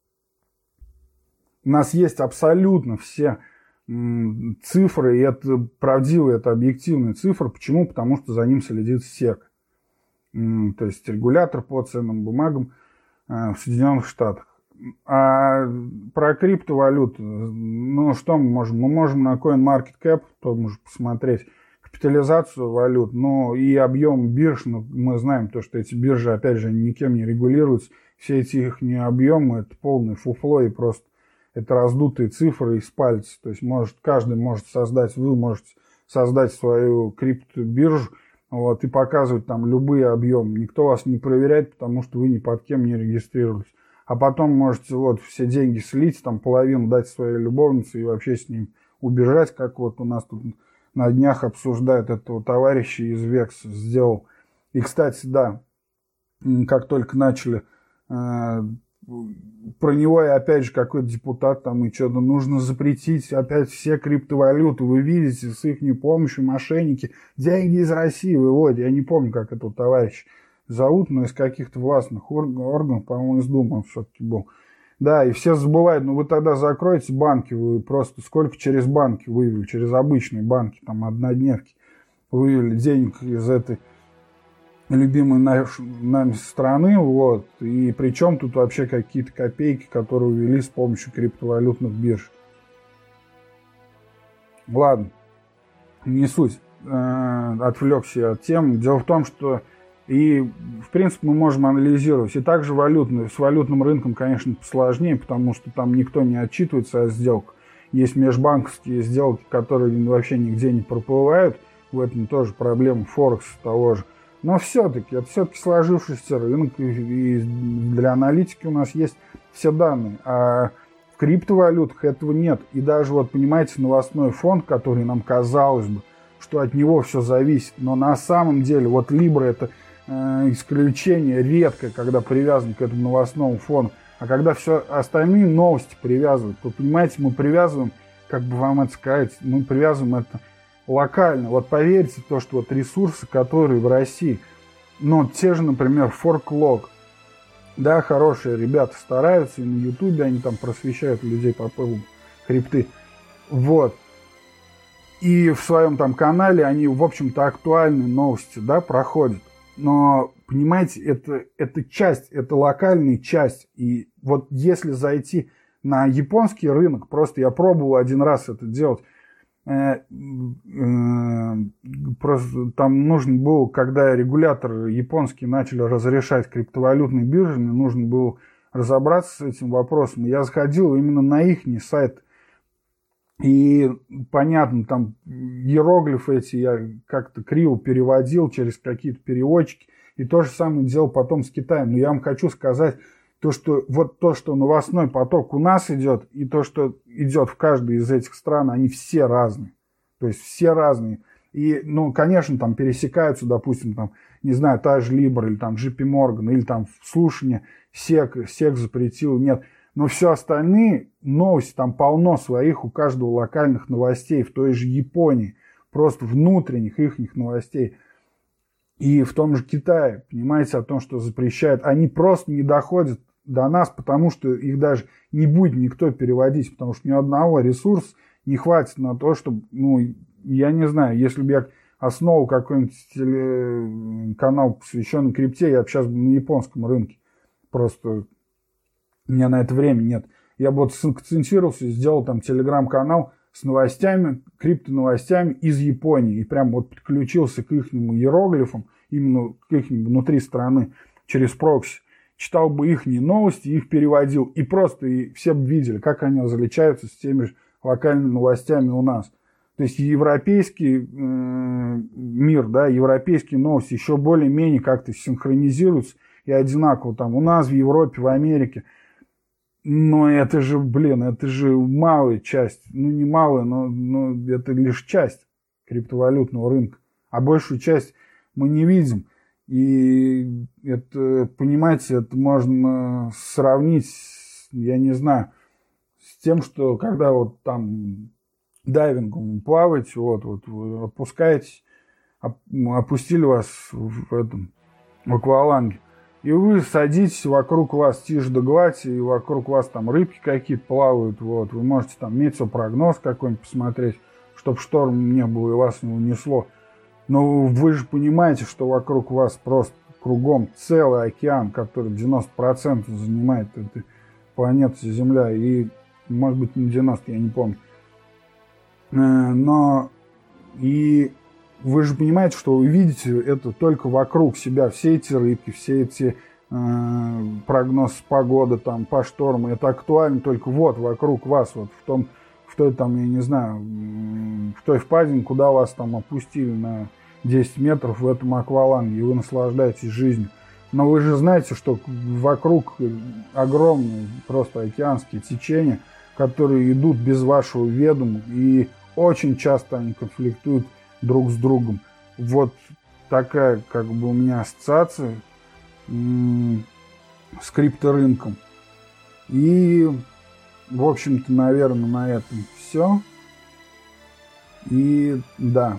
У нас есть абсолютно все м, цифры, и это правдивые, это объективные цифры. Почему? Потому что за ним следит сек. То есть регулятор по ценным бумагам в Соединенных Штатах. А про криптовалюту, ну что мы можем? Мы можем на CoinMarketCap тоже посмотреть капитализацию валют, но и объем бирж, ну, мы знаем то, что эти биржи, опять же, никем не регулируются. Все эти их объемы, это полное фуфло и просто это раздутые цифры из пальца. То есть может, каждый может создать, вы можете создать свою криптобиржу, вот, и показывать там любые объемы. Никто вас не проверяет, потому что вы ни под кем не регистрировались. А потом можете вот все деньги слить, там половину дать своей любовнице и вообще с ним убежать, как вот у нас тут на днях обсуждают этого товарища из Векс сделал. И, кстати, да, как только начали э, про него и опять же какой-то депутат там и что-то нужно запретить опять все криптовалюты. Вы видите, с их помощью мошенники деньги из России выводят. Я не помню, как этого товарища зовут, но из каких-то властных органов, по-моему, из Думы он все-таки был. Да, и все забывают, ну вы тогда закроете банки, вы просто сколько через банки вывели, через обычные банки, там однодневки, вывели денег из этой любимой наш, нами страны, вот, и причем тут вообще какие-то копейки, которые увели с помощью криптовалютных бирж. Ладно, не суть, э, отвлекся я от темы. Дело в том, что и, в принципе, мы можем анализировать. И также валютный, с валютным рынком, конечно, посложнее, потому что там никто не отчитывается о сделках. Есть межбанковские сделки, которые вообще нигде не проплывают. В этом тоже проблема Форекса того же. Но все-таки, это все-таки сложившийся рынок, и для аналитики у нас есть все данные. А в криптовалютах этого нет. И даже, вот понимаете, новостной фонд, который нам казалось бы, что от него все зависит. Но на самом деле, вот Libra это э, исключение редкое, когда привязан к этому новостному фону. А когда все остальные новости привязывают, то, понимаете, мы привязываем, как бы вам это сказать, мы привязываем это локально. Вот поверьте, то, что вот ресурсы, которые в России, ну, те же, например, ForkLog, да, хорошие ребята стараются, и на Ютубе они там просвещают людей по поводу крипты. Вот. И в своем там канале они, в общем-то, актуальные новости, да, проходят. Но, понимаете, это, это часть, это локальная часть. И вот если зайти на японский рынок, просто я пробовал один раз это делать, э, э, просто там нужно было, когда регуляторы японские начали разрешать криптовалютные биржи, мне нужно было разобраться с этим вопросом. Я заходил именно на их сайт. И понятно, там иероглифы эти я как-то криво переводил через какие-то переводчики. И то же самое делал потом с Китаем. Но я вам хочу сказать, то, что вот то, что новостной поток у нас идет, и то, что идет в каждой из этих стран, они все разные. То есть все разные. И, ну, конечно, там пересекаются, допустим, там, не знаю, та же Libra, или там джей пи Morgan, или там слушание сек, сек запретил, нет. Но все остальные новости, там полно своих у каждого локальных новостей, в той же Японии, просто внутренних их новостей. И в том же Китае, понимаете, о том, что запрещают, они просто не доходят до нас, потому что их даже не будет никто переводить, потому что ни одного ресурса не хватит на то, чтобы, ну, я не знаю, если бы я основал какой-нибудь телеканал, посвященный крипте, я бы сейчас был на японском рынке. Просто у меня на это времени нет. Я бы вот сконцентрировался, сделал там телеграм-канал с новостями, криптоновостями из Японии. И прям вот подключился к их иероглифам, именно к их внутри страны, через прокси. Читал бы их новости, их переводил. И просто и все бы видели, как они различаются с теми же локальными новостями у нас. То есть европейский э, мир, да, европейские новости еще более-менее как-то синхронизируются и одинаково там у нас, в Европе, в Америке. Но это же, блин, это же малая часть. Ну, не малая, но, но это лишь часть криптовалютного рынка. А большую часть мы не видим. И это, понимаете, это можно сравнить, я не знаю, с тем, что когда вот там дайвингом плаваете, вот, вот вы опускаетесь, опустили вас в этом, в акваланге. И вы садитесь, вокруг вас тишь да гладь, и вокруг вас там рыбки какие-то плавают. Вот. Вы можете там метеопрогноз какой-нибудь посмотреть, чтобы шторм не было и вас не унесло. Но вы же понимаете, что вокруг вас просто кругом целый океан, который девяносто процентов занимает этой планеты Земля. И, может быть, не девяносто, я не помню. Но и... Вы же понимаете, что вы видите это только вокруг себя. Все эти рыбки, все эти э, прогнозы погоды там, по шторму. Это актуально только вот вокруг вас. Вот в том, в той там, я не знаю, в той впадине, куда вас там опустили на десять метров в этом акваланге. И вы наслаждаетесь жизнью. Но вы же знаете, что вокруг огромные просто океанские течения, которые идут без вашего ведома. И очень часто они конфликтуют друг с другом. Вот такая как бы у меня ассоциация м- с крипторынком. И, в общем-то, наверное, на этом все. И да,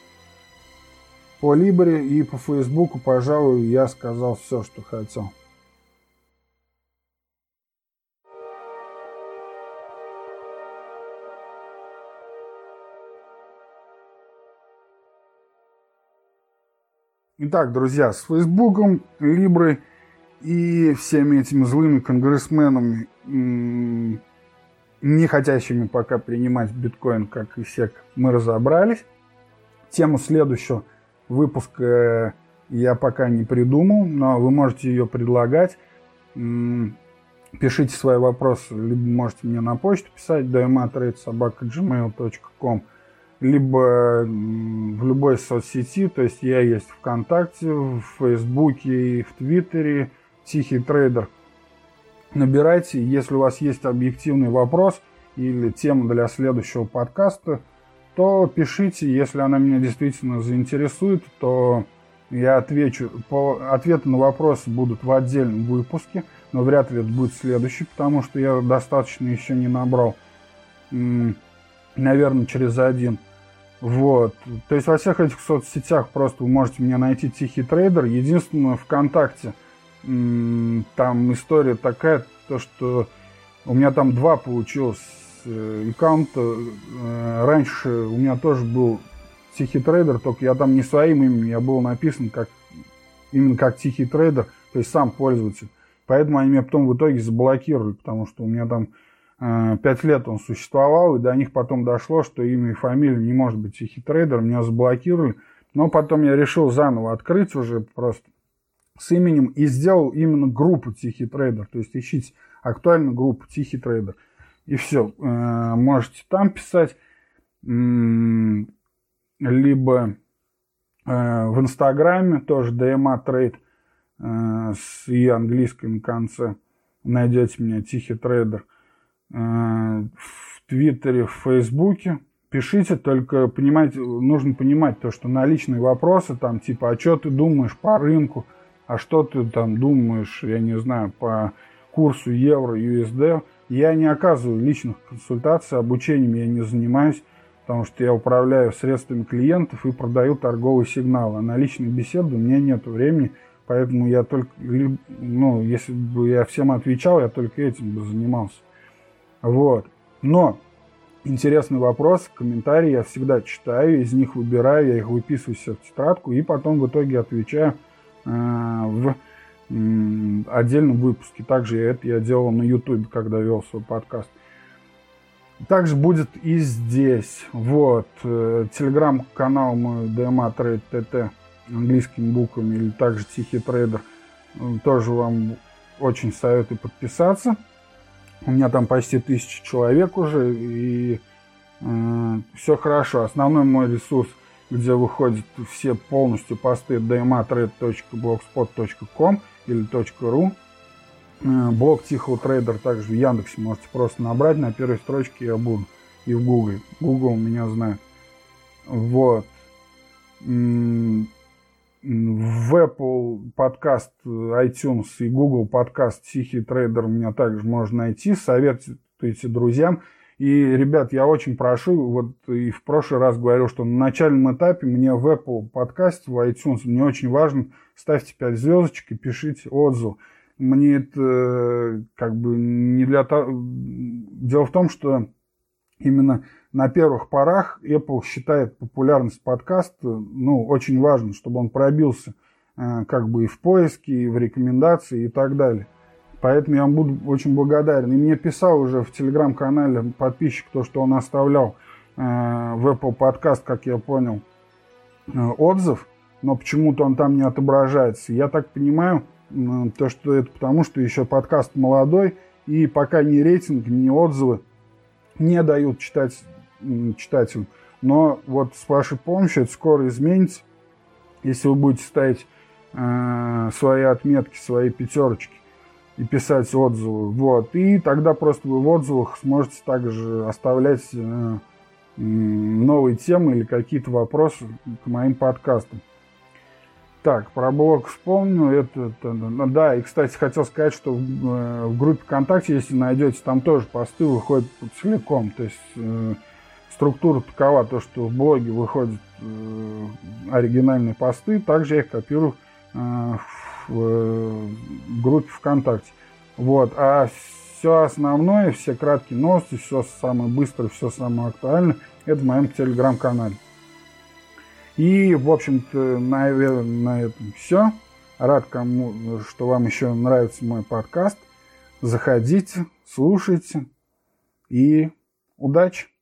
по Либре и по Фейсбуку, пожалуй, я сказал все, что хотел. Итак, друзья, с Фейсбуком, Либрой и всеми этими злыми конгрессменами, не хотящими пока принимать биткоин как и сек, мы разобрались. Тему следующего выпуска я пока не придумал, но вы можете ее предлагать. Пишите свои вопросы, либо можете мне на почту писать ди эм а трейд собака джи мейл точка ком, либо в любой соцсети, то есть я есть ВКонтакте, в Фейсбуке и в Твиттере, Тихий трейдер. Набирайте, если у вас есть объективный вопрос или тема для следующего подкаста, то пишите, если она меня действительно заинтересует, то я отвечу. По, ответы на вопросы будут в отдельном выпуске, но вряд ли это будет следующий, потому что я достаточно еще не набрал, наверное, через один. Вот. То есть во всех этих соцсетях просто вы можете меня найти Тихий трейдер. Единственное, ВКонтакте там история такая, то что у меня там два получилось аккаунта. Раньше у меня тоже был Тихий трейдер, только я там не своим именем, я был написан как именно как Тихий трейдер, то есть сам пользователь. Поэтому они меня потом в итоге заблокировали, потому что у меня там Пять лет он существовал, и до них потом дошло, что имя и фамилия не может быть Тихий трейдер, меня заблокировали. Но потом я решил заново открыть уже просто с именем и сделал именно группу Тихий трейдер. То есть ищите актуальную группу Тихий трейдер. И все. Можете там писать, либо в Инстаграме тоже ди эм а трейд с и английской на конце. Найдете меня Тихий трейдер. В Твиттере, в Фейсбуке. Пишите, только понимаете, нужно понимать то, что на личные вопросы, там типа, а что ты думаешь по рынку, а что ты там думаешь, я не знаю, по курсу евро, ю эс ди, я не оказываю личных консультаций, обучением я не занимаюсь, потому что я управляю средствами клиентов и продаю торговые сигналы. А на личные беседы у меня нет времени, поэтому я только, ну, если бы я всем отвечал, я только этим бы занимался. Вот. Но интересный вопрос, комментарии я всегда читаю, из них выбираю, я их выписываю себе в тетрадку и потом в итоге отвечаю э, в э, отдельном выпуске. Также я это я делал на ютубе, когда вел свой подкаст. Также будет и здесь. Вот. Э, телеграм-канал мой ди эм а трейд ти ти английскими буквами или также Тихий трейдер. Э, тоже вам очень советую подписаться. У меня там почти тысяча человек уже, и э, все хорошо. Основной мой ресурс, где выходят все полностью посты, ди эм а трейд точка блогспот точка ком или .ру. Э, блог Тихого трейдера также в Яндексе можете просто набрать, на первой строчке я буду. И в Гугле. Google меня знает. Вот. В Apple подкаст, iTunes и Google подкаст Тихий трейдер меня также можно найти. Советуйте друзьям. И, ребят, я очень прошу, вот и в прошлый раз говорил, что на начальном этапе мне в Apple подкасте, в iTunes, мне очень важно, ставьте пять звездочек и пишите отзыв. Мне это как бы не для того... Дело в том, что именно на первых порах Apple считает популярность подкаста, ну, очень важно, чтобы он пробился э, как бы и в поиске, и в рекомендации, и так далее. Поэтому я вам буду очень благодарен. И мне писал уже в телеграм-канале подписчик то, что он оставлял э, в Apple подкаст, как я понял, э, отзыв, но почему-то он там не отображается. Я так понимаю, э, то, что это потому, что еще подкаст молодой, и пока ни рейтинг, ни отзывы не дают читать читателям. Но вот с вашей помощью это скоро изменится, если вы будете ставить э, свои отметки, свои пятерочки и писать отзывы. Вот. И тогда просто вы в отзывах сможете также оставлять э, новые темы или какие-то вопросы к моим подкастам. Так, про блог вспомню. Это, это, да, и, кстати, хотел сказать, что в, э, в группе ВКонтакте, если найдете, там тоже посты выходят целиком. То есть э, структура такова, то, что в блоге выходят э, оригинальные посты, также я их копирую э, в, э, в группе ВКонтакте. Вот. А все основное, все краткие новости, все самое быстрое, все самое актуальное, это в моем телеграм-канале. И, в общем-то, наверное, на этом все. Рад, кому, что вам еще нравится мой подкаст. Заходите, слушайте и удачи!